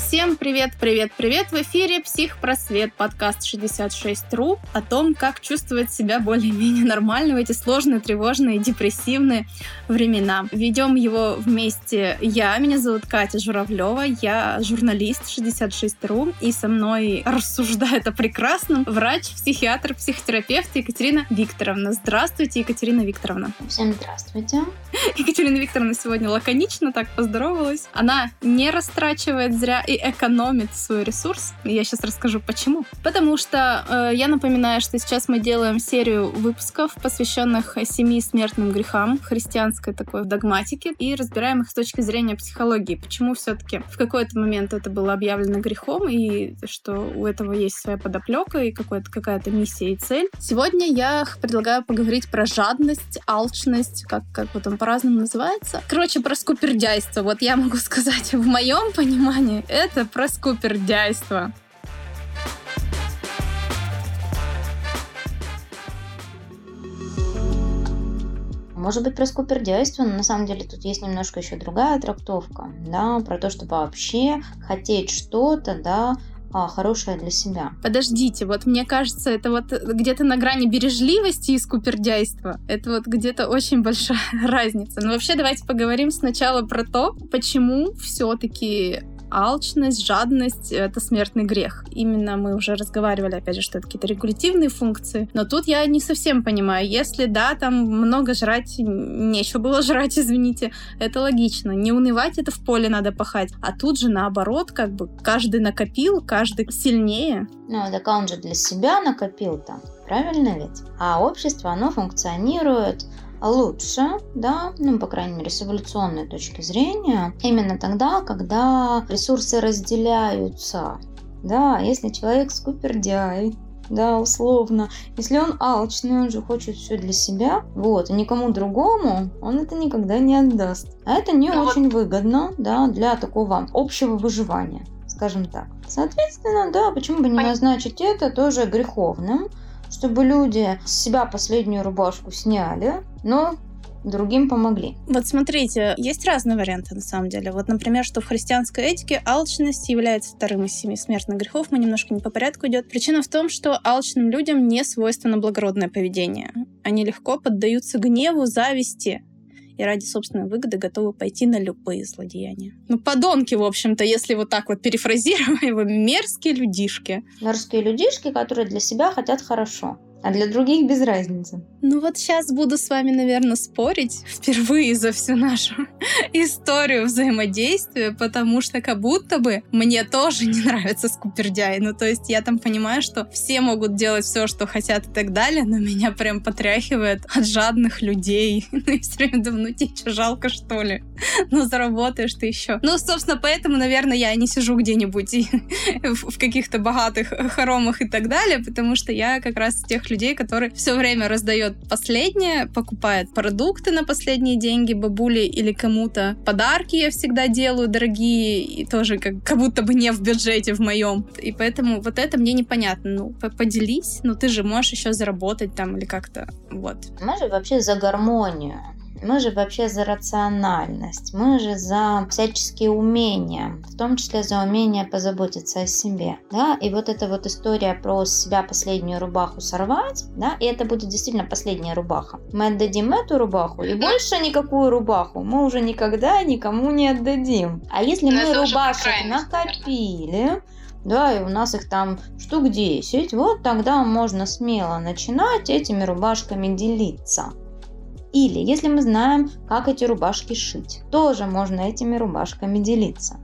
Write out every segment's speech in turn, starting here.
Всем привет! В эфире «Психпросвет», подкаст 66.ru о том, как чувствовать себя более-менее нормально в эти сложные, тревожные, депрессивные времена. Ведем его вместе меня зовут Катя Журавлева, я журналист 66.ru, и со мной рассуждает о прекрасном врач, психиатр, психотерапевт Екатерина Викторовна. Здравствуйте, Екатерина Викторовна. Всем здравствуйте. Екатерина Викторовна сегодня лаконично так поздоровалась. Она не растрачивает зря и экономит свой ресурс. Я сейчас расскажу, почему. Потому что я напоминаю, что сейчас мы делаем серию выпусков, посвященных 7 смертным грехам христианской такой догматики, и разбираем их с точки зрения психологии. Почему все-таки в какой-то момент это было объявлено грехом, и что у этого есть своя подоплека и какая-то миссия и цель. Сегодня я предлагаю поговорить про жадность, алчность, как вот он по-разному называется. Короче, про скупердяйство. Вот я могу сказать, в моем понимании, это про скупердяйство. Может быть, про скупердяйство, но на самом деле тут есть немножко еще другая трактовка, да, про то, чтобы вообще хотеть что-то, да, хорошее для себя. Подождите, вот мне кажется, это вот где-то на грани бережливости и скупердяйства. Это вот где-то очень большая разница. Но вообще давайте поговорим сначала про то, почему все-таки алчность, жадность — это смертный грех. Именно мы уже разговаривали, опять же, что это какие-то регулятивные функции. Но тут я не совсем понимаю. Если, да, там много жрать, нечего было жрать, извините, это логично. Не унывать — это в поле надо пахать. А тут же наоборот, как бы каждый накопил, каждый сильнее. Ну, так он же для себя накопил-то. Правильно ведь? А общество, оно функционирует лучше, да, по крайней мере, с эволюционной точки зрения, именно тогда, когда ресурсы разделяются. Да, если человек скупердяй, да, условно, если он алчный, он же хочет все для себя, и никому другому он это никогда не отдаст. А это не очень выгодно, да, для такого общего выживания, скажем так. Соответственно, да, почему бы не назначить это тоже греховным, чтобы люди с себя последнюю рубашку сняли, но другим помогли. Вот смотрите, есть разные варианты на самом деле. Вот, например, что в христианской этике алчность является вторым из 7 смертных грехов. Мы немножко не по порядку идет. Причина в том, что алчным людям не свойственно благородное поведение. Они легко поддаются гневу, зависти и ради собственной выгоды готовы пойти на любые злодеяния. Подонки, в общем-то, если вот так вот перефразируем его, мерзкие людишки. Мерзкие людишки, которые для себя хотят хорошо, а для других без разницы. Вот сейчас буду с вами, наверное, спорить впервые за всю нашу историю взаимодействия, потому что как будто бы мне тоже не нравится скупердяй. То есть я там понимаю, что все могут делать все, что хотят и так далее, но меня прям потряхивает от жадных людей. Я все время думаю, тебе что, жалко, что ли? Заработаешь ты еще. Собственно, поэтому, наверное, я не сижу где-нибудь в каких-то богатых хоромах и так далее, потому что я как раз из тех людей, которые все время раздает последнее, покупает продукты на последние деньги бабуле или кому-то. Подарки я всегда делаю дорогие и тоже как будто бы не в бюджете в моем. И поэтому вот это мне непонятно. Поделись, ты же можешь еще заработать там или как-то. Вот. Мы же вообще за гармонию. Мы же вообще за рациональность, мы же за всяческие умения, в том числе за умение позаботиться о себе, да, и вот эта вот история про себя последнюю рубаху сорвать, да, и это будет действительно последняя рубаха. Мы отдадим эту рубаху, и больше никакую рубаху мы уже никогда никому не отдадим. А если мы рубашек накопили, да, и у нас их там штук 10, вот тогда можно смело начинать этими рубашками делиться. Или, если мы знаем, как эти рубашки шить, тоже можно этими рубашками делиться.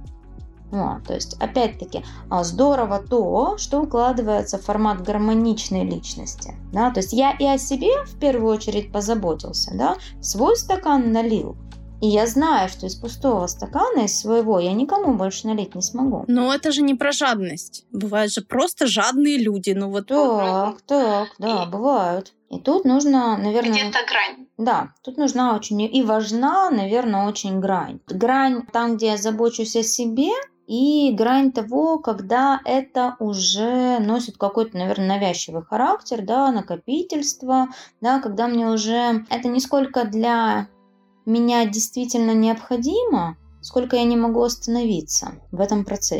То есть, опять-таки, здорово то, что укладывается в формат гармоничной личности. Да? То есть, я и о себе в первую очередь позаботился, да? В свой стакан налил. И я знаю, что из пустого стакана, из своего, я никому больше налить не смогу. Но это же не про жадность. Бывают же просто жадные люди. Да, бывают. И тут нужно, наверное... Где-то грань. Да, тут нужна очень... И важна, наверное, очень грань. Грань там, где я забочусь о себе, и грань того, когда это уже носит какой-то, наверное, навязчивый характер, да, накопительство, да, когда мне уже... Это не сколько для меня действительно необходимо, сколько я не могу остановиться в этом процессе.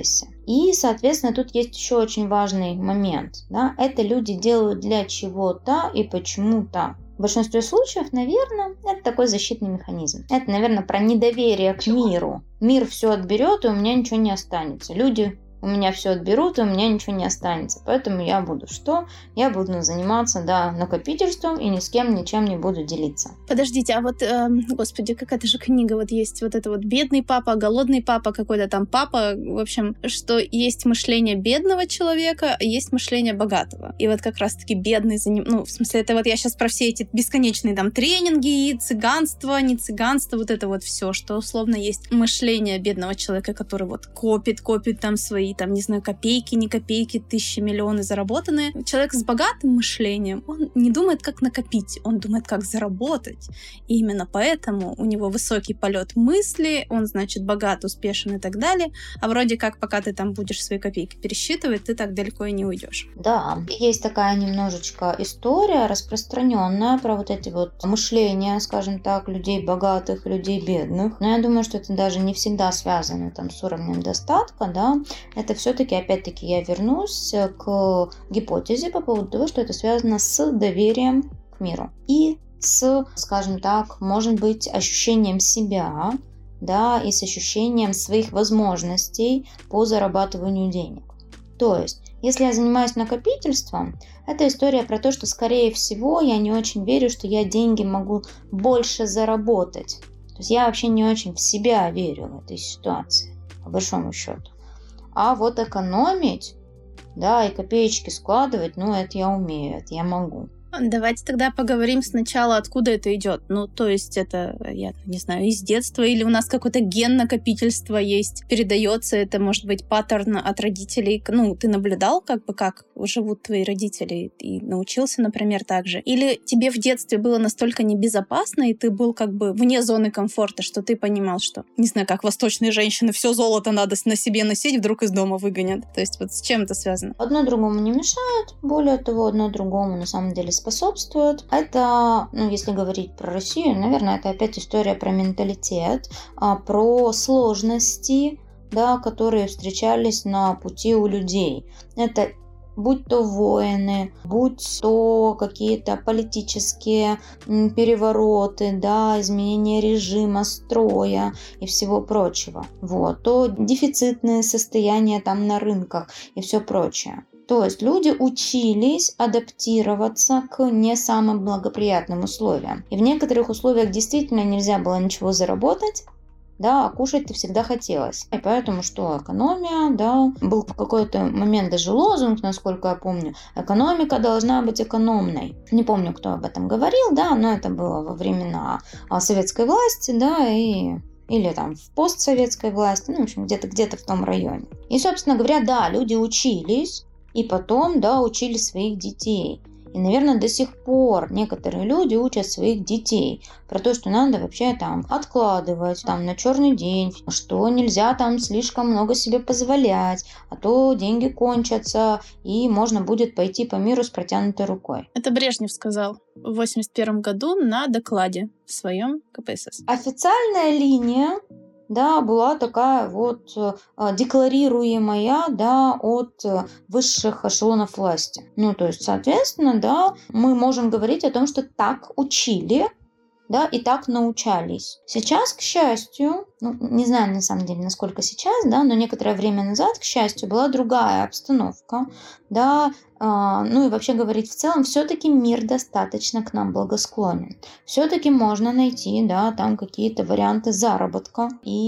И, соответственно, тут есть еще очень важный момент. Да? Это люди делают для чего-то и почему-то. В большинстве случаев, наверное, это такой защитный механизм. Это, наверное, про недоверие к миру. Мир все отберет, и у меня ничего не останется. Люди у меня все отберут, и у меня ничего не останется. Поэтому я буду что? Я буду заниматься, накопительством и ни с кем ничем не буду делиться. Подождите, а вот, господи, какая-то же книга вот есть, вот это вот бедный папа, голодный папа, какой-то там папа, в общем, что есть мышление бедного человека, а есть мышление богатого. И вот как раз-таки бедный в смысле, это вот я сейчас про все эти бесконечные там тренинги, цыганство, не цыганство, вот это вот все, что условно есть мышление бедного человека, который вот копит там свои там, не знаю, копейки, не копейки, тысячи, миллионы заработанные. Человек с богатым мышлением, он не думает, как накопить, он думает, как заработать. И именно поэтому у него высокий полет мысли, он, значит, богат, успешен и так далее. А вроде как, пока ты там будешь свои копейки пересчитывать, ты так далеко и не уйдешь. Да, есть такая немножечко история распространенная про вот эти вот мышления, скажем так, людей богатых, людей бедных. Но я думаю, что это даже не всегда связано там с уровнем достатка, да. Это все-таки, опять-таки, я вернусь к гипотезе по поводу того, что это связано с доверием к миру и с, скажем так, может быть, ощущением себя, да, и с ощущением своих возможностей по зарабатыванию денег. То есть, если я занимаюсь накопительством, это история про то, что, скорее всего, я не очень верю, что я деньги могу больше заработать. То есть, я вообще не очень в себя верю в этой ситуации, по большому счету. А вот экономить, да, и копеечки складывать, это я умею, это я могу. Давайте тогда поговорим сначала, откуда это идет. То есть это, я не знаю, из детства или у нас какой-то ген накопительства есть, передается, это может быть паттерн от родителей. Ты наблюдал, как живут твои родители и научился, например, так же? Или тебе в детстве было настолько небезопасно, и ты был вне зоны комфорта, что ты понимал, что, не знаю, как восточные женщины, все золото надо на себе носить, вдруг из дома выгонят. То есть вот с чем это связано? Одно другому не мешает, более того, одно другому на самом деле способствует. Это, если говорить про Россию, наверное, это опять история про менталитет, про сложности, да, которые встречались на пути у людей. Это будь то войны, будь то какие-то политические перевороты, да, изменение режима, строя и всего прочего. То дефицитные состояния там на рынках и все прочее. То есть люди учились адаптироваться к не самым благоприятным условиям. И в некоторых условиях действительно нельзя было ничего заработать, да, а кушать-то всегда хотелось. И поэтому что экономия, да, был в какой-то момент даже лозунг, насколько я помню, экономика должна быть экономной. Не помню, кто об этом говорил, да, но это было во времена советской власти, да, или там в постсоветской власти, в общем, где-то в том районе. И, собственно говоря, да, люди учились, и потом, да, учили своих детей. И, наверное, до сих пор некоторые люди учат своих детей про то, что надо вообще там откладывать там на черный день, что нельзя там слишком много себе позволять, а то деньги кончатся, и можно будет пойти по миру с протянутой рукой. Это Брежнев сказал в 1981 году на докладе в своем КПСС. Официальная линия, да, была такая вот декларируемая, да, от высших эшелонов власти. То есть, соответственно, да, мы можем говорить о том, что так учили, да, и так научались. Сейчас, к счастью, не знаю на самом деле, насколько сейчас, да, но некоторое время назад, к счастью, была другая обстановка, да, и вообще говорить в целом, все-таки мир достаточно к нам благосклонен. Все-таки можно найти, да, там какие-то варианты заработка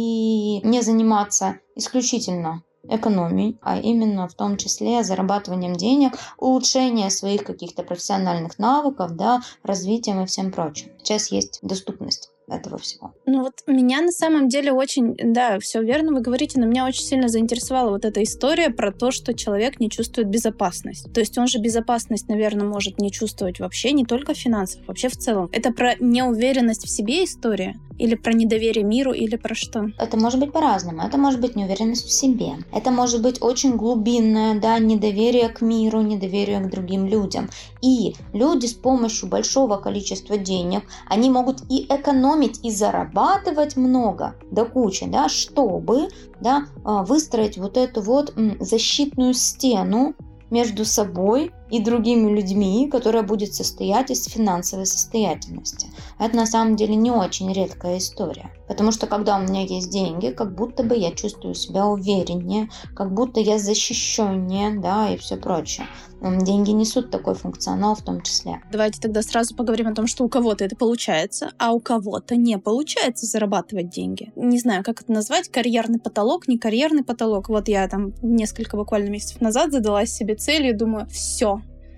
и не заниматься исключительно экономией, а именно в том числе зарабатыванием денег, улучшение своих каких-то профессиональных навыков, да, развитием и всем прочим. Сейчас есть доступность этого всего. Меня на самом деле очень, да, все верно вы говорите, но меня очень сильно заинтересовала вот эта история про то, что человек не чувствует безопасность. То есть он же безопасность, наверное, может не чувствовать вообще, не только в финансах, вообще в целом. Это про неуверенность в себе история? Или про недоверие миру, или про что? Это может быть по-разному. Это может быть неуверенность в себе. Это может быть очень глубинное, да, недоверие к миру, недоверие к другим людям. И люди с помощью большого количества денег, они могут и экономить экономить и зарабатывать много до кучи, да, чтобы, да, выстроить вот эту вот защитную стену между собой и другими людьми, которая будет состоять из финансовой состоятельности. Это на самом деле не очень редкая история. Потому что когда у меня есть деньги, как будто бы я чувствую себя увереннее, как будто я защищеннее, да, и все прочее. Деньги несут такой функционал в том числе. Давайте тогда сразу поговорим о том, что у кого-то это получается, а у кого-то не получается зарабатывать деньги. Не знаю, как это назвать, карьерный потолок, не карьерный потолок. Вот я там несколько буквально месяцев назад задалась себе целью и думаю, все,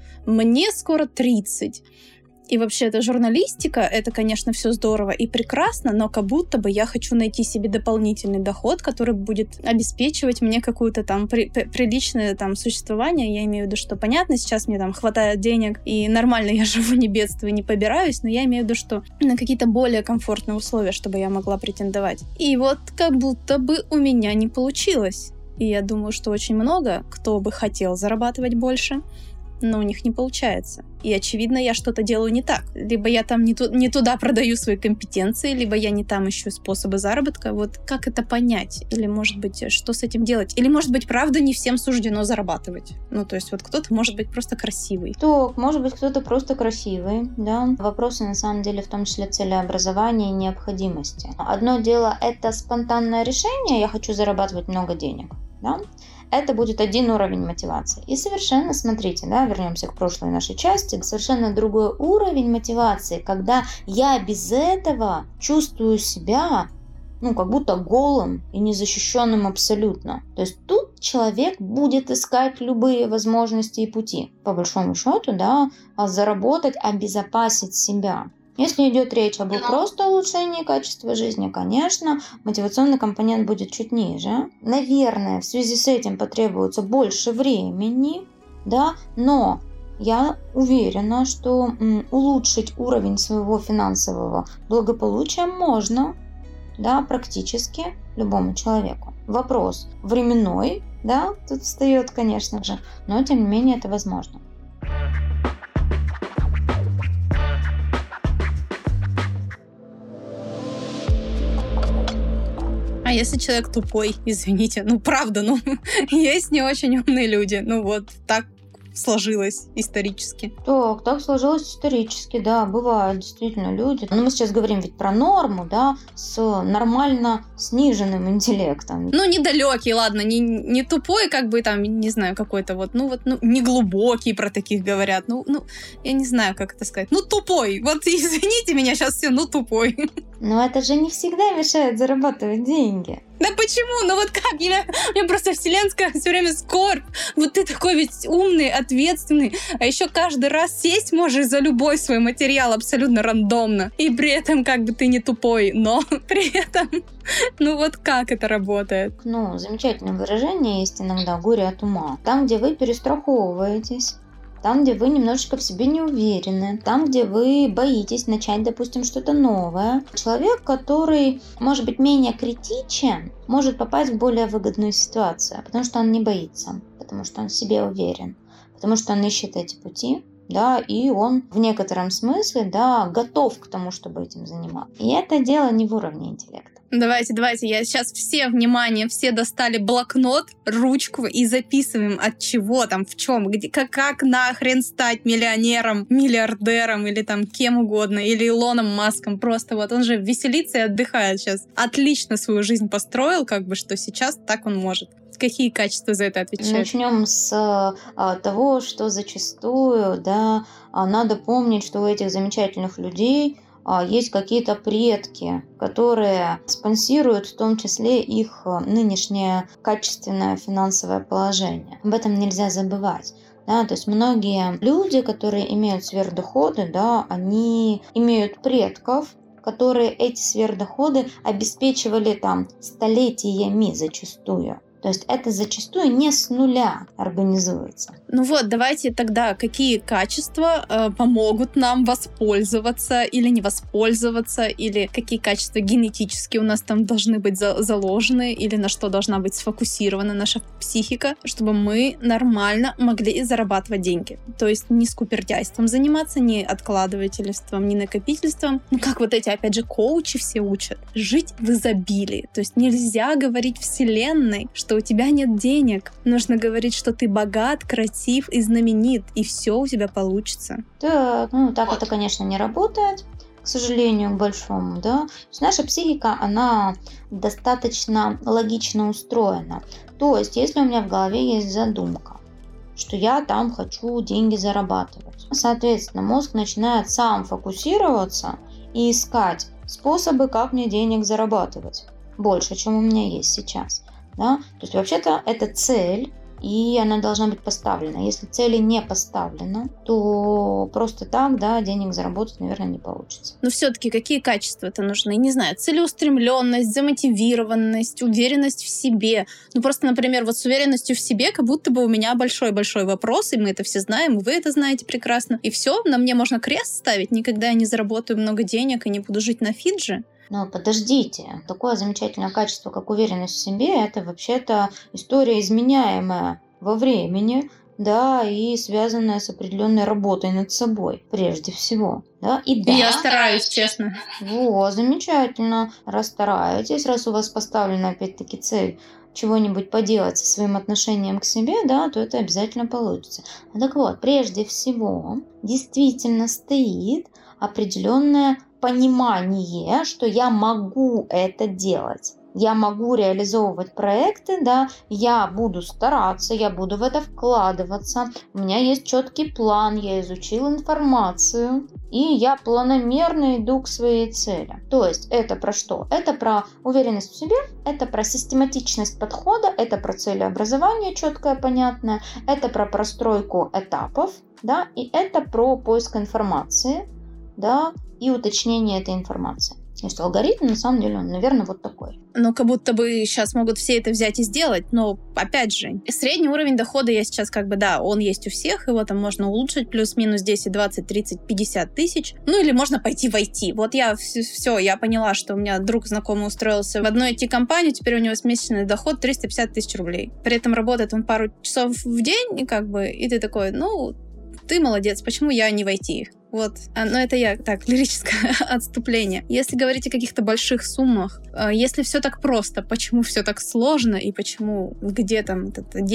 мне скоро 30. И вообще, эта журналистика, это, конечно, все здорово и прекрасно, но как будто бы я хочу найти себе дополнительный доход, который будет обеспечивать мне какое-то там приличное там существование. Я имею в виду, что понятно, сейчас мне там хватает денег, и нормально я живу, не бедствую, не побираюсь, но я имею в виду, что на какие-то более комфортные условия, чтобы я могла претендовать. И вот как будто бы у меня не получилось. И я думаю, что очень много кто бы хотел зарабатывать больше, но у них не получается. И, очевидно, я что-то делаю не так. Либо я там не туда продаю свои компетенции, либо я не там ищу способы заработка. Вот как это понять? Или, может быть, что с этим делать? Или, может быть, правда, не всем суждено зарабатывать? Ну, то есть вот кто-то может быть просто красивый. То, может быть, кто-то просто красивый, да. Вопросы, на самом деле, в том числе целеобразования и необходимости. Одно дело — это спонтанное решение, я хочу зарабатывать много денег, да. Это будет один уровень мотивации. И совершенно, смотрите, да, вернемся к прошлой нашей части, совершенно другой уровень мотивации, когда я без этого чувствую себя, как будто голым и незащищенным абсолютно. То есть тут человек будет искать любые возможности и пути, по большому счету, да, заработать, обезопасить себя. Если идет речь об просто улучшении качества жизни, конечно, мотивационный компонент будет чуть ниже. Наверное, в связи с этим потребуется больше времени, да, но я уверена, что улучшить уровень своего финансового благополучия можно, да, практически любому человеку. Вопрос временной, да, тут встает, конечно же, но тем не менее это возможно. А если человек тупой, извините, правда, есть не очень умные люди, вот так сложилось исторически. Так сложилось исторически, да, бывают действительно люди. Но мы сейчас говорим ведь про норму, да, с нормально сниженным интеллектом. Недалекий, ладно, не тупой, как бы там, не знаю, какой-то не глубокий, про таких говорят. Я не знаю, как это сказать. Тупой. Вот извините меня сейчас все, тупой. Но это же не всегда мешает зарабатывать деньги. Да почему? Как? Мне просто вселенская все время скорбь. Вот ты такой ведь умный, ответственный, а еще каждый раз сесть можешь за любой свой материал абсолютно рандомно. И при этом как бы ты не тупой, но при этом... как это работает? Замечательное выражение есть иногда: горе от ума. Там, где вы перестраховываетесь, там, где вы немножечко в себе не уверены, там, где вы боитесь начать, допустим, что-то новое. Человек, который, может быть, менее критичен, может попасть в более выгодную ситуацию, потому что он не боится, потому что он в себе уверен, потому что он ищет эти пути, да, и он в некотором смысле, да, готов к тому, чтобы этим заниматься. И это дело не в уровне интеллекта. Давайте, я сейчас все достали блокнот, ручку и записываем, от чего там, в чем, где, как нахрен стать миллионером, миллиардером или там кем угодно, или Илоном Маском. Просто он же веселится и отдыхает сейчас. Отлично свою жизнь построил, что сейчас так он может. Какие качества за это отвечают? Начнем с того, что зачастую, да, надо помнить, что у этих замечательных людей есть какие-то предки, которые спонсируют в том числе их нынешнее качественное финансовое положение. Об этом нельзя забывать. Да, то есть многие люди, которые имеют сверхдоходы, да, они имеют предков, которые эти сверхдоходы обеспечивали там столетиями зачастую. То есть это зачастую не с нуля организуется. Ну вот, давайте тогда, какие качества помогут нам воспользоваться или не воспользоваться, или какие качества генетически у нас там должны быть заложены, или на что должна быть сфокусирована наша психика, чтобы мы нормально могли зарабатывать деньги. То есть не скупердяйством заниматься, не откладывательством, не накопительством. Ну как вот эти, опять же, коучи все учат. Жить в изобилии. То есть нельзя говорить вселенной, что у тебя нет денег. Нужно говорить, что ты богат, красив и знаменит, и все у тебя получится. Так, так это, конечно, не работает, к сожалению, к большому, да. То есть наша психика, она достаточно логично устроена. То есть, если у меня в голове есть задумка, что я там хочу деньги зарабатывать, соответственно, мозг начинает сам фокусироваться и искать способы, как мне денег зарабатывать. Больше, чем у меня есть сейчас. Да? То есть, вообще-то, это цель, и она должна быть поставлена. Если цели не поставлена, то просто так, да, денег заработать, наверное, не получится. Но все-таки какие качества-то нужны? Не знаю, целеустремленность, замотивированность, уверенность в себе. Ну просто, например, вот с уверенностью в себе, как будто бы у меня большой-большой вопрос, и мы это все знаем, и вы это знаете прекрасно. И все, на мне можно крест ставить, никогда я не заработаю много денег и не буду жить на Фиджи. Но подождите, такое замечательное качество, как уверенность в себе, это вообще-то история, изменяемая во времени, да, и связанная с определенной работой над собой, прежде всего. Да, и да, я стараюсь, честно. Вот, замечательно. Раз стараетесь, раз у вас поставлена опять-таки цель чего-нибудь поделать со своим отношением к себе, да, то это обязательно получится. Так вот, прежде всего, действительно стоит определенное понимание, что я могу это делать. Я могу реализовывать проекты, да, я буду стараться, я буду в это вкладываться. У меня есть четкий план, я изучил информацию, и я планомерно иду к своей цели. То есть это про что? Это про уверенность в себе, это про систематичность подхода, это про целеобразование четкое, понятное, это про простройку этапов, да, и это про поиск информации, да, и уточнение этой информации. И что алгоритм, на самом деле, он, наверное, вот такой. Ну, как будто бы сейчас могут все это взять и сделать, но, опять же, средний уровень дохода я сейчас да, он есть у всех, его там можно улучшить плюс-минус 10, 20, 30, 50 тысяч. Ну, или можно пойти в IT. Вот я я поняла, что у меня друг знакомый устроился в одну IT-компанию, теперь у него месячный доход 350 тысяч рублей. При этом работает он пару часов в день, и ты такой, ты молодец, почему я не в IT? Вот. Но это я так, лирическое отступление. Если говорить о каких-то больших суммах, если все так просто, почему все так сложно и почему где там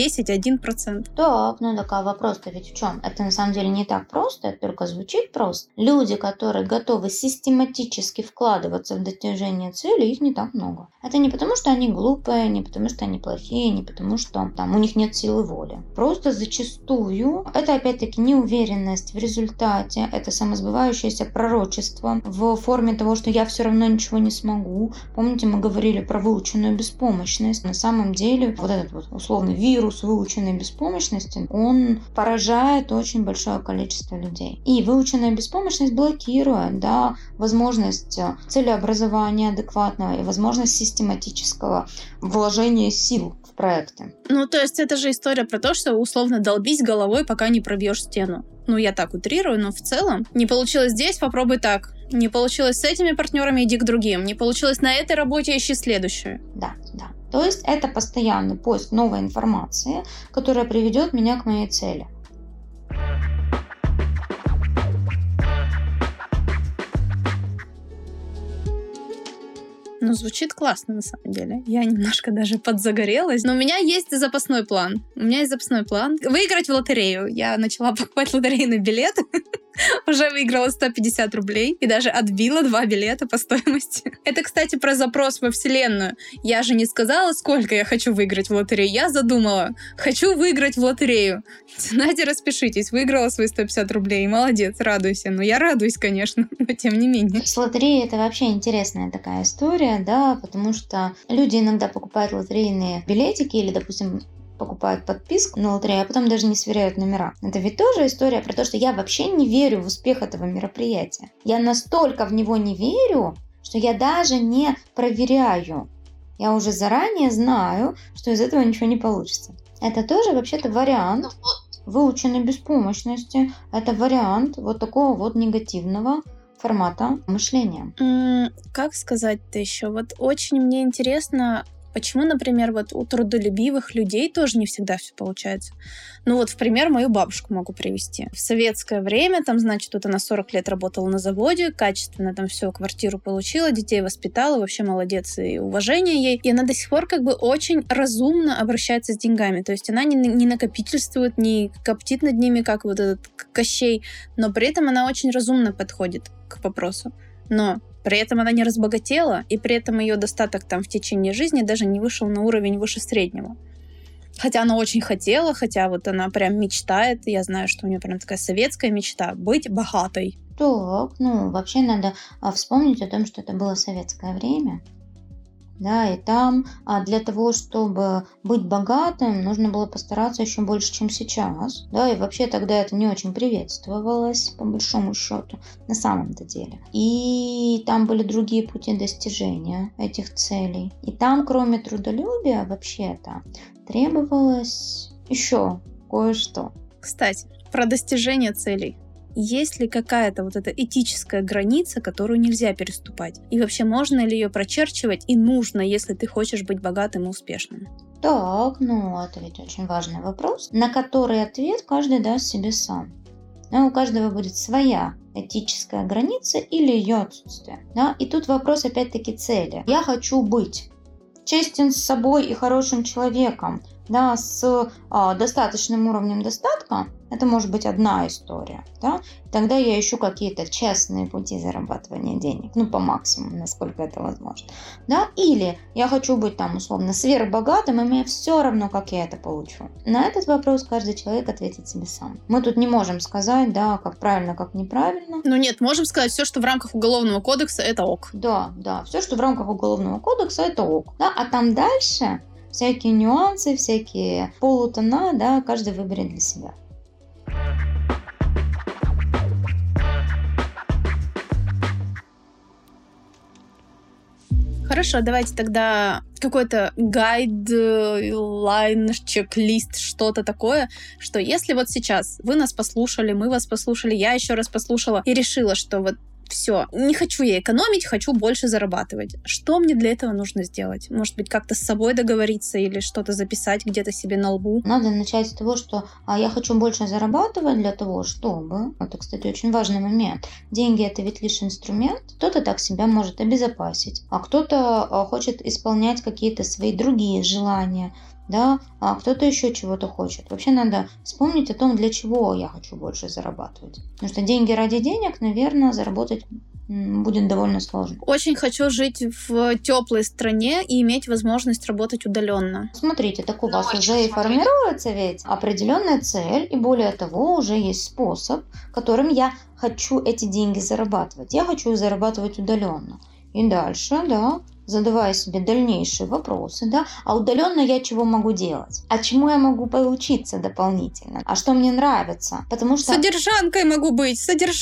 10-1%? Так, а вопрос-то ведь в чем? Это на самом деле не так просто, это только звучит просто. Люди, которые готовы систематически вкладываться в достижение цели, их не так много. Это не потому, что они глупые, не потому, что они плохие, не потому, что там у них нет силы воли. Просто зачастую это опять-таки неуверенность в результате, это самосбывающееся пророчество в форме того, что я все равно ничего не смогу. Помните, мы говорили про выученную беспомощность. На самом деле, вот этот вот условный вирус выученной беспомощности, он поражает очень большое количество людей. И выученная беспомощность блокирует, да, возможность целеобразования адекватного и возможность систематического вложения сил в проекты. То есть это же история про то, что условно долбись головой, пока не пробьешь стену. Я так утрирую, но в целом не получилось здесь, попробуй так. Не получилось с этими партнерами, иди к другим. Не получилось на этой работе, ищи следующую. Да. То есть это постоянный поиск новой информации, которая приведет меня к моей цели. Звучит классно, на самом деле. Я немножко даже подзагорелась. Но у меня есть запасной план. Выиграть в лотерею. Я начала покупать лотерейный билет. Уже выиграла 150 рублей. И даже отбила 2 билета по стоимости. Это, кстати, про запрос во Вселенную. Я же не сказала, сколько я хочу выиграть в лотерею. Я задумала. Хочу выиграть в лотерею. Знаете, распишитесь. Выиграла свои 150 рублей. Молодец, радуйся. Я радуюсь, конечно. Но тем не менее. С лотереей это вообще интересная такая история, да, потому что люди иногда покупают лотерейные билетики или, допустим, покупают подписку на лотерею, а потом даже не сверяют номера. Это ведь тоже история про то, что я вообще не верю в успех этого мероприятия. Я настолько в него не верю, что я даже не проверяю. Я уже заранее знаю, что из этого ничего не получится. Это тоже вообще-то вариант выученной беспомощности. Это вариант вот такого вот негативного формата мышления. Как сказать-то еще? Вот очень мне интересно, почему, например, вот у трудолюбивых людей тоже не всегда все получается. Ну вот, в пример, мою бабушку могу привести. В советское время, там, значит, вот она 40 лет работала на заводе, качественно там все, квартиру получила, детей воспитала, вообще молодец, и уважение ей. И она до сих пор как бы очень разумно обращается с деньгами. То есть она не накопительствует, не коптит над ними, как вот этот Кощей, но при этом она очень разумно подходит к вопросу. Но при этом она не разбогатела, и при этом ее достаток там в течение жизни даже не вышел на уровень выше среднего. Хотя она очень хотела, хотя вот она прям мечтает, я знаю, что у нее прям такая советская мечта — быть богатой. Так, вообще надо вспомнить о том, что это было советское время. Да, и там для того, чтобы быть богатым, нужно было постараться еще больше, чем сейчас. Да, и вообще тогда это не очень приветствовалось, по большому счету, на самом-то деле. И там были другие пути достижения этих целей. И там, кроме трудолюбия, вообще-то, требовалось еще кое-что. Кстати, про достижение целей. Есть ли какая-то вот эта этическая граница, которую нельзя переступать? И вообще можно ли ее прочерчивать и нужно, если ты хочешь быть богатым и успешным? Так, это ведь очень важный вопрос, на который ответ каждый даст себе сам. У каждого будет своя этическая граница или ее отсутствие. Да? И тут вопрос опять-таки цели. Я хочу быть честен с собой и хорошим человеком, да, с достаточным уровнем достатка. Это может быть одна история, да? Тогда я ищу какие-то честные пути зарабатывания денег, по максимуму, насколько это возможно, да? Или я хочу быть там условно сверхбогатым, и мне все равно, как я это получу. На этот вопрос каждый человек ответит себе сам. Мы тут не можем сказать, да, как правильно, как неправильно. Нет, можем сказать, все, что в рамках Уголовного кодекса, это ок. Да, все, что в рамках Уголовного кодекса, это ок, да? А там дальше всякие нюансы, всякие полутона, да, каждый выберет для себя. Хорошо, давайте тогда какой-то гайдлайн, чек-лист, что-то такое, что если вот сейчас вы нас послушали, мы вас послушали, я еще раз послушала и решила, что вот все, не хочу я экономить, хочу больше зарабатывать. Что мне для этого нужно сделать? Может быть, как-то с собой договориться или что-то записать где-то себе на лбу? Надо начать с того, что я хочу больше зарабатывать для того, чтобы... Это, кстати, очень важный момент. Деньги — это ведь лишь инструмент. Кто-то так себя может обезопасить, а кто-то хочет исполнять какие-то свои другие желания, да, а кто-то еще чего-то хочет. Вообще надо вспомнить о том, для чего я хочу больше зарабатывать. Потому что деньги ради денег, наверное, заработать будет довольно сложно. Очень хочу жить в теплой стране и иметь возможность работать удаленно. Смотрите, так у вас уже и формируется ведь определенная цель, и более того, уже есть способ, которым я хочу эти деньги зарабатывать. Я хочу их зарабатывать удаленно. И дальше, да, задавая себе дальнейшие вопросы, да, а удаленно я чего могу делать? А чему я могу поучиться дополнительно? А что мне нравится? Потому что... Содержанкой могу быть.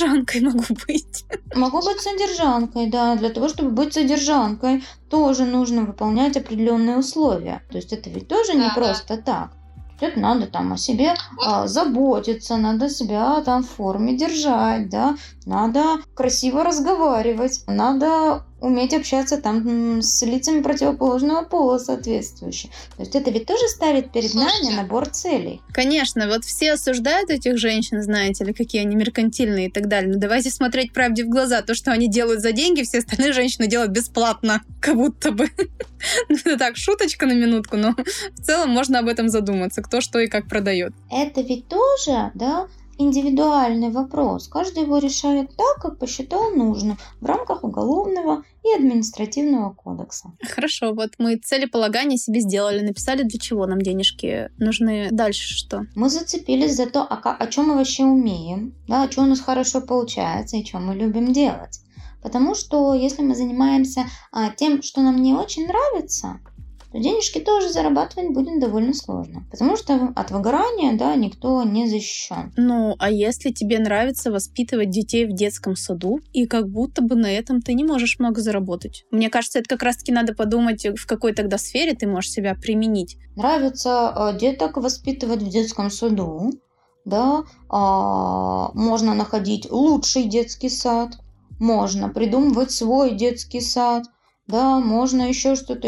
Могу быть содержанкой, да. Для того, чтобы быть содержанкой, тоже нужно выполнять определенные условия. То есть это ведь тоже не просто так. Это надо там о себе заботиться, надо себя там в форме держать, да, надо красиво разговаривать, надо уметь общаться там с лицами противоположного пола соответствующе. То есть это ведь тоже ставит перед нами набор целей. Конечно, вот все осуждают этих женщин, знаете ли, какие они меркантильные и так далее. Но давайте смотреть правде в глаза. То, что они делают за деньги, все остальные женщины делают бесплатно. Как будто бы. Это так, шуточка на минутку, но в целом можно об этом задуматься, кто что и как продает. Это ведь тоже, да, индивидуальный вопрос. Каждый его решает так, как посчитал нужным в рамках Уголовного и Административного кодекса. Хорошо, вот мы целеполагание себе сделали, написали, для чего нам денежки нужны. Дальше что? Мы зацепились за то, о чем мы вообще умеем, да, что у нас хорошо получается и что мы любим делать. Потому что если мы занимаемся тем, что нам не очень нравится, то денежки тоже зарабатывать будет довольно сложно. Потому что от выгорания, да, никто не защищен. Ну, а если тебе нравится воспитывать детей в детском саду, и как будто бы на этом ты не можешь много заработать? Мне кажется, это как раз-таки надо подумать, в какой тогда сфере ты можешь себя применить. Нравится деток воспитывать в детском саду, да, можно находить лучший детский сад, можно придумывать свой детский сад, да, можно еще что-то.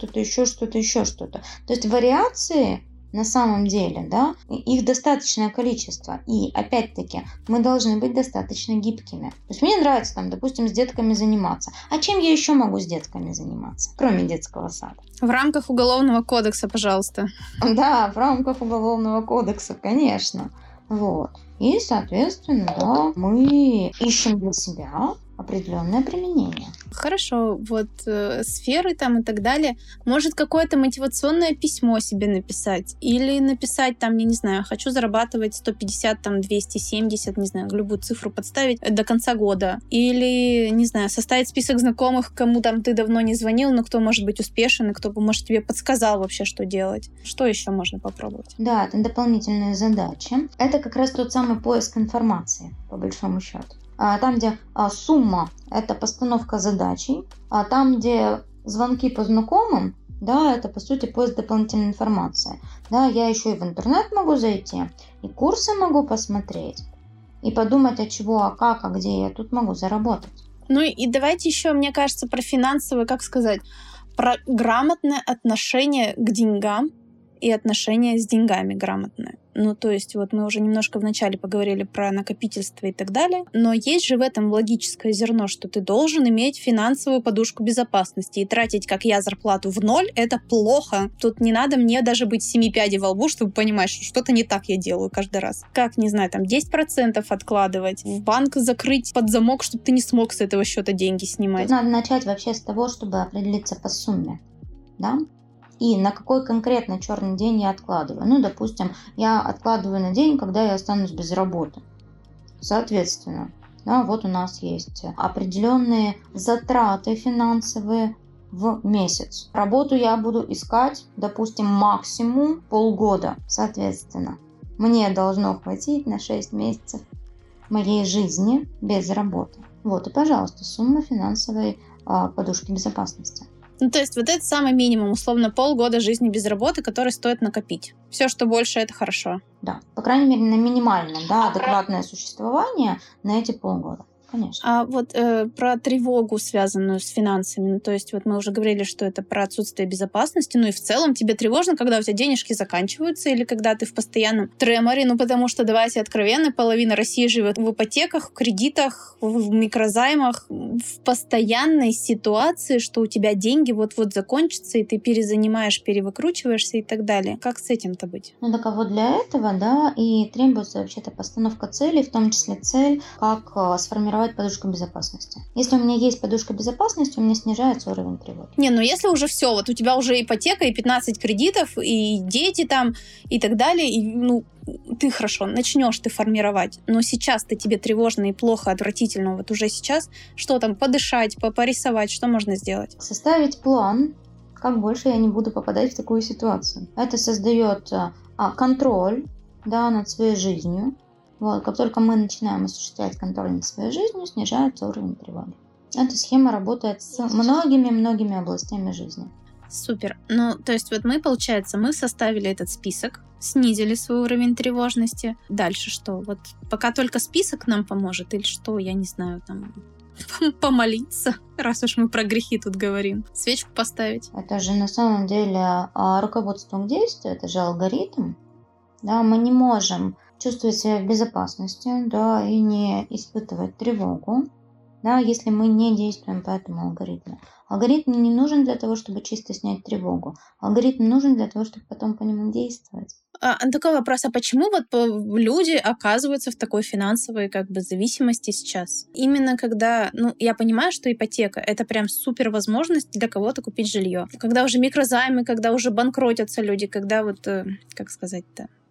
То есть вариации на самом деле, да, их достаточное количество. И опять-таки мы должны быть достаточно гибкими. То есть мне нравится там, допустим, с детками заниматься. А чем я еще могу с детками заниматься, кроме детского сада? В рамках Уголовного кодекса, пожалуйста. Да, в рамках Уголовного кодекса, конечно. Вот. И, соответственно, да, мы ищем для себя определенное применение. Хорошо, вот сферы там и так далее. Может, какое-то мотивационное письмо себе написать? Или написать там, я не знаю, хочу зарабатывать 150, там, 270, не знаю, любую цифру подставить до конца года. Или, не знаю, составить список знакомых, кому там ты давно не звонил, но кто может быть успешен, и кто бы, может, тебе подсказал вообще, что делать. Что еще можно попробовать? Да, это дополнительные задачи. Это как раз тот самый поиск информации, по большому счету. Там, где сумма – это постановка задачей, а там, где звонки по знакомым, да, это, по сути, поиск дополнительной информации. Да, я еще и в интернет могу зайти, и курсы могу посмотреть, и подумать, от чего, а как, а где я тут могу заработать. Ну и давайте еще, мне кажется, про финансовое, как сказать, про грамотное отношение к деньгам и отношение с деньгами грамотное. Ну, то есть, вот мы уже немножко вначале поговорили про накопительство и так далее, но есть же в этом логическое зерно, что ты должен иметь финансовую подушку безопасности, и тратить, как я, зарплату в ноль — это плохо. Тут не надо мне даже быть 7 пядей во лбу, чтобы понимать, что что-то не так я делаю каждый раз. Как, не знаю, там 10% откладывать, в банк закрыть под замок, чтобы ты не смог с этого счета деньги снимать. Тут надо начать вообще с того, чтобы определиться по сумме, да? И на какой конкретно черный день я откладываю. Ну, допустим, я откладываю на день, когда я останусь без работы. Соответственно, да, вот у нас есть определенные затраты финансовые в месяц. Работу я буду искать, допустим, максимум полгода. Соответственно, мне должно хватить на 6 месяцев моей жизни без работы. Вот и, пожалуйста, сумма финансовой подушки безопасности. Ну, то есть вот это самый минимум, условно, полгода жизни без работы, который стоит накопить. Все, что больше, это хорошо. Да, по крайней мере, на минимальное, да, адекватное существование на эти полгода. Конечно. А вот про тревогу, связанную с финансами, ну, то есть вот мы уже говорили, что это про отсутствие безопасности, ну и в целом тебе тревожно, когда у тебя денежки заканчиваются или когда ты в постоянном треморе, ну потому что, давайте откровенно, половина России живет в ипотеках, в кредитах, в микрозаймах, в постоянной ситуации, что у тебя деньги вот-вот закончатся, и ты перезанимаешь, перевыкручиваешься и так далее. Как с этим-то быть? Ну так а вот для этого, да, и требуется вообще-то постановка целей, в том числе цель, как сформировать подушку безопасности. Если у меня есть подушка безопасности, у меня снижается уровень тревоги. Не, ну если уже все, вот у тебя уже ипотека, и 15 кредитов, и дети там, и так далее, и, ну, ты хорошо, начнешь ты формировать, но сейчас-то тебе тревожно и плохо, отвратительно, вот уже сейчас, что там, подышать, порисовать, что можно сделать? Составить план, как больше я не буду попадать в такую ситуацию. Это создает контроль, да, над своей жизнью. Вот, как только мы начинаем осуществлять контроль над своей жизнью, снижается уровень тревоги. Эта схема работает с многими областями жизни. Супер. Ну, то есть вот мы, получается, мы составили этот список, снизили свой уровень тревожности. Дальше что? Вот пока только список нам поможет или что, я не знаю, там помолиться, раз уж мы про грехи тут говорим, свечку поставить. Это же на самом деле руководство к действию, это же алгоритм. Да, мы не можем чувствовать себя в безопасности, да, и не испытывать тревогу, да, если мы не действуем по этому алгоритму. Алгоритм не нужен для того, чтобы чисто снять тревогу. Алгоритм нужен для того, чтобы потом по нему действовать. Такой вопрос, а почему вот люди оказываются в такой финансовой как бы зависимости сейчас? Именно когда, ну, я понимаю, что ипотека — это прям супер возможность для кого-то купить жилье. Когда уже микрозаймы, когда уже банкротятся люди, когда вот, как сказать-то,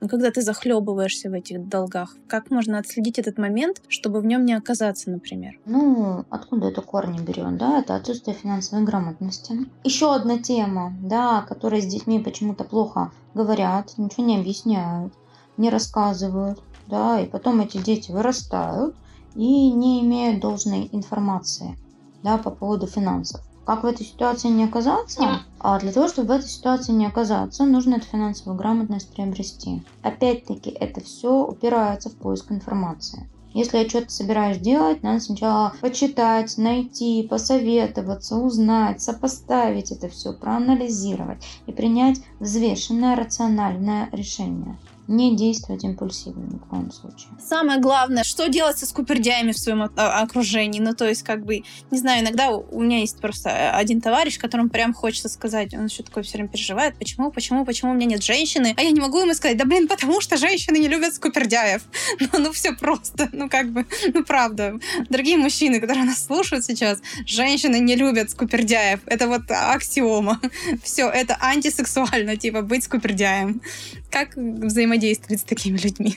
когда ты захлебываешься в этих долгах? Как можно отследить этот момент, чтобы в нем не оказаться, например? Откуда это корни берет, да? Это отсутствие финансовой грамотности. Еще одна тема, да, о которой с детьми почему-то плохо говорят, ничего не объясняют, не рассказывают, да, и потом эти дети вырастают и не имеют должной информации, да, по поводу финансов. Как в этой ситуации не оказаться? А для того, чтобы в этой ситуации не оказаться, нужно эту финансовую грамотность приобрести. Опять-таки, это все упирается в поиск информации. Если я что-то собираюсь делать, надо сначала почитать, найти, посоветоваться, узнать, сопоставить это все, проанализировать и принять взвешенное, рациональное решение. Не действовать импульсивно ни в коем случае. Самое главное, что делать со скупердяями в своем окружении. То есть, не знаю, иногда у меня есть просто один товарищ, которому прям хочется сказать, он еще такой все время переживает, почему у меня нет женщины, а я не могу ему сказать, потому что женщины не любят скупердяев. Все просто, правда. Дорогие мужчины, которые нас слушают сейчас, женщины не любят скупердяев. Это вот аксиома. Все, это антисексуально, быть скупердяем. Как взаимодействовать с такими людьми?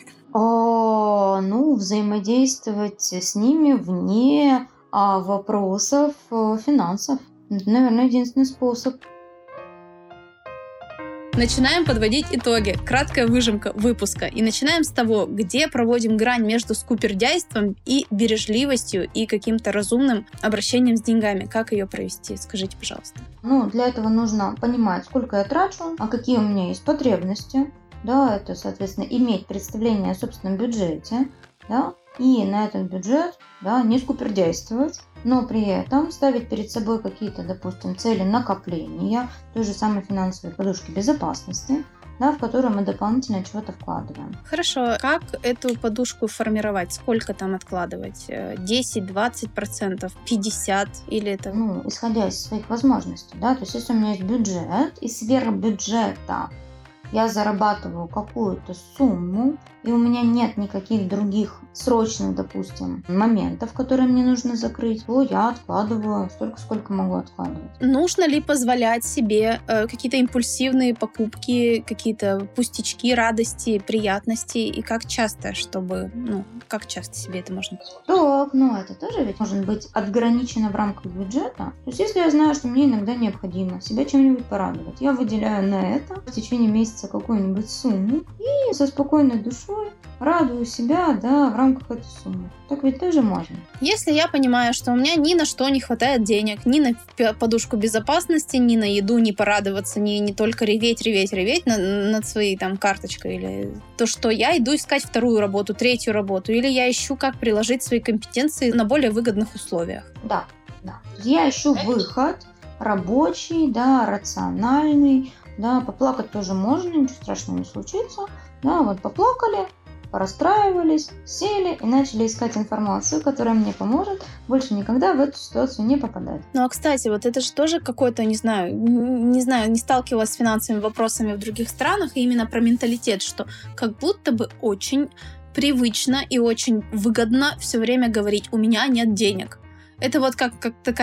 Взаимодействовать с ними вне вопросов финансов. Это, наверное, единственный способ. Начинаем подводить итоги. Краткая выжимка выпуска. И начинаем с того, где проводим грань между скупердяйством и бережливостью и каким-то разумным обращением с деньгами. Как ее провести? Скажите, пожалуйста. Для этого нужно понимать, сколько я трачу, а какие у меня есть потребности. Да, это, соответственно, иметь представление о собственном бюджете, да, и на этот бюджет, да, не скупердяйствовать, но при этом ставить перед собой какие-то, допустим, цели накопления, той же самой финансовой подушки безопасности, да, в которую мы дополнительно чего-то вкладываем. Хорошо. Как эту подушку формировать? Сколько там откладывать? 10, 20%, 50% или это? Исходя из своих возможностей, да, то есть если у меня есть бюджет, и сверх бюджета я зарабатываю какую-то сумму, и у меня нет никаких других срочных, допустим, моментов, которые мне нужно закрыть, то я откладываю столько, сколько могу откладывать. Нужно ли позволять себе какие-то импульсивные покупки, какие-то пустячки, радости, приятности, и как часто, как часто себе это можно позволить? Так, это тоже ведь может быть отграничено в рамках бюджета. То есть если я знаю, что мне иногда необходимо себя чем-нибудь порадовать, я выделяю на это в течение месяца какую-нибудь сумму и со спокойной душой радую себя, да, в рамках этой суммы. Так ведь тоже можно. Если я понимаю, что у меня ни на что не хватает денег, ни на подушку безопасности, ни на еду, не порадоваться, не только реветь над своей там карточкой, или то, что я иду искать вторую работу, третью работу, или я ищу, как приложить свои компетенции на более выгодных условиях. Да. Я ищу выход рабочий, да, рациональный, да, поплакать тоже можно, ничего страшного не случится. Да, вот поплакали, порастраивались, сели и начали искать информацию, которая мне поможет больше никогда в эту ситуацию не попадать. Кстати, вот это же тоже какой-то, не знаю, не сталкивалась с финансовыми вопросами в других странах, и именно про менталитет, что как будто бы очень привычно и очень выгодно все время говорить «у меня нет денег». Это вот как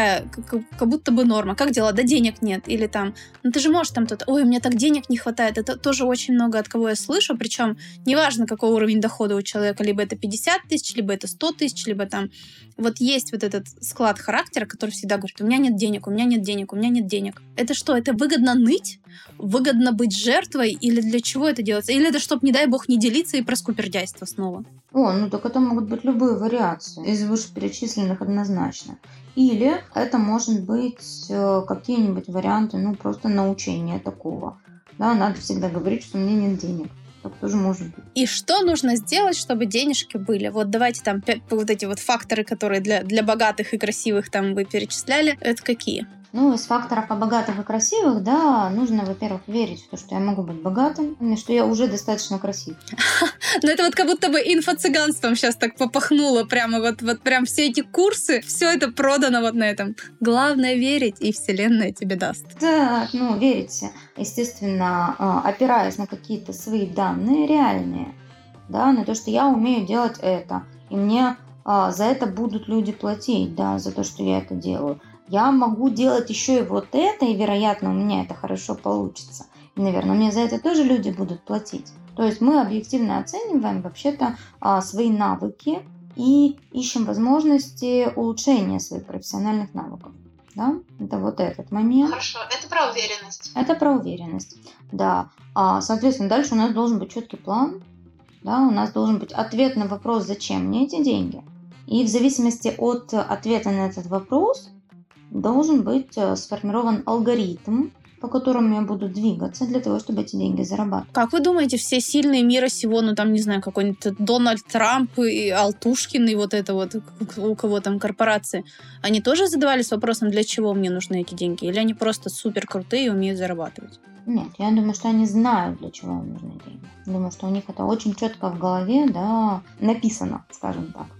будто бы норма. Как дела? Да денег нет. Или там, ты же можешь там тут, ой, у меня так денег не хватает. Это тоже очень много от кого я слышу. Причем неважно, какой уровень дохода у человека. Либо это 50 тысяч, либо это 100 тысяч, либо там... Вот есть вот этот склад характера, который всегда говорит, у меня нет денег, у меня нет денег, у меня нет денег. Это что? Это выгодно ныть? Выгодно быть жертвой? Или для чего это делается? Или это чтобы, не дай бог, не делиться и про скупердяйство снова? Так это могут быть любые вариации из вышеперечисленных однозначно. Или это может быть какие-нибудь варианты, просто научения такого. Да, надо всегда говорить, что у меня нет денег. Так тоже может быть. И что нужно сделать, чтобы денежки были? Вот давайте там вот эти вот факторы, которые для богатых и красивых там вы перечисляли, это какие? Из факторов богатых и красивых, да, нужно, во-первых, верить в то, что я могу быть богатым, и что я уже достаточно красив. Это вот как будто бы инфо-цыганством сейчас так попахнуло. Прямо вот прям все эти курсы, все это продано вот на этом. Главное верить, и вселенная тебе даст. Так, верите, естественно, опираясь на какие-то свои данные реальные, да, на то, что я умею делать это, и мне за это будут люди платить, да, за то, что я это делаю. Я могу делать еще и вот это, и, вероятно, у меня это хорошо получится. И, наверное, мне за это тоже люди будут платить. То есть мы объективно оцениваем вообще-то свои навыки и ищем возможности улучшения своих профессиональных навыков. Да? Это вот этот момент. Хорошо, это про уверенность. Это про уверенность, да. Соответственно, дальше у нас должен быть четкий план, да, у нас должен быть ответ на вопрос, зачем мне эти деньги. И в зависимости от ответа на этот вопрос должен быть сформирован алгоритм, по которому я буду двигаться для того, чтобы эти деньги зарабатывать. Как вы думаете, все сильные мира сего, ну там, не знаю, какой-нибудь Дональд Трамп и Алтушкин и вот это вот, у кого там корпорации, они тоже задавались вопросом, для чего мне нужны эти деньги? Или они просто супер крутые и умеют зарабатывать? Нет, я думаю, что они знают, для чего им нужны деньги. Думаю, что у них это очень четко в голове, да, написано, скажем так.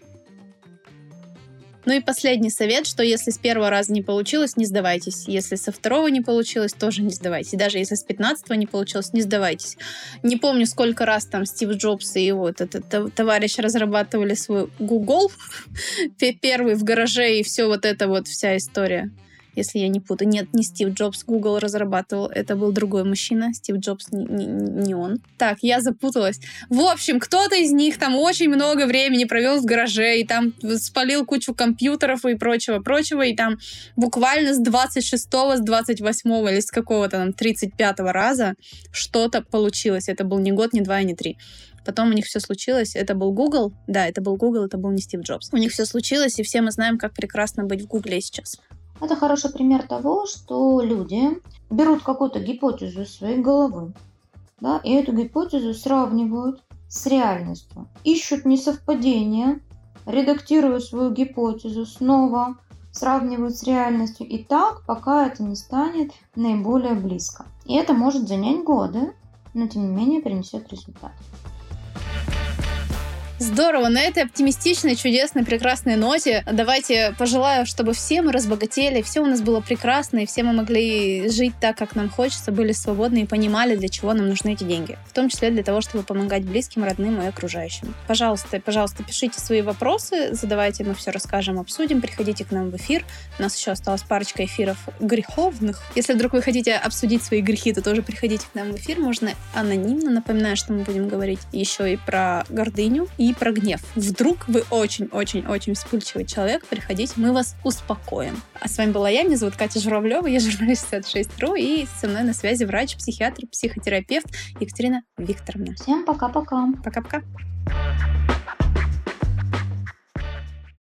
Ну и последний совет, что если с первого раза не получилось, не сдавайтесь. Если со второго не получилось, тоже не сдавайтесь. И даже если с 15-го не получилось, не сдавайтесь. Не помню, сколько раз там Стив Джобс и его товарищ разрабатывали свой Google первый в гараже, и все вот это вот вся история. Если я не путаю. Нет, не Стив Джобс Google разрабатывал. Это был другой мужчина. Стив Джобс не он. Так, я запуталась. В общем, кто-то из них там очень много времени провел в гараже и там спалил кучу компьютеров и прочего. И там буквально с 26-го, с 28-го или с какого-то там 35-го раза что-то получилось. Это был не год, не два и не три. Потом у них все случилось. Это был Google. Да, это был Google, это был не Стив Джобс. У них все случилось, и все мы знаем, как прекрасно быть в Гугле сейчас. Это хороший пример того, что люди берут какую-то гипотезу из своей головы, да, и эту гипотезу сравнивают с реальностью. Ищут несовпадения, редактируют свою гипотезу снова, сравнивают с реальностью, и так, пока это не станет наиболее близко. И это может занять годы, но тем не менее принесет результат. Здорово! На этой оптимистичной, чудесной, прекрасной ноте давайте пожелаю, чтобы все мы разбогатели, все у нас было прекрасно, и все мы могли жить так, как нам хочется, были свободны и понимали, для чего нам нужны эти деньги. В том числе для того, чтобы помогать близким, родным и окружающим. Пожалуйста, пишите свои вопросы, задавайте, мы все расскажем, обсудим, приходите к нам в эфир. У нас еще осталась парочка эфиров греховных. Если вдруг вы хотите обсудить свои грехи, то тоже приходите к нам в эфир. Можно анонимно. Напоминаю, что мы будем говорить еще и про гордыню, и про гнев. Вдруг вы очень-очень-очень вспыльчивый человек, приходите, мы вас успокоим. А с вами была я, меня зовут Катя Журавлева, я журналист 66.ru, и со мной на связи врач, психиатр, психотерапевт Екатерина Викторовна. Всем пока-пока. Пока-пока.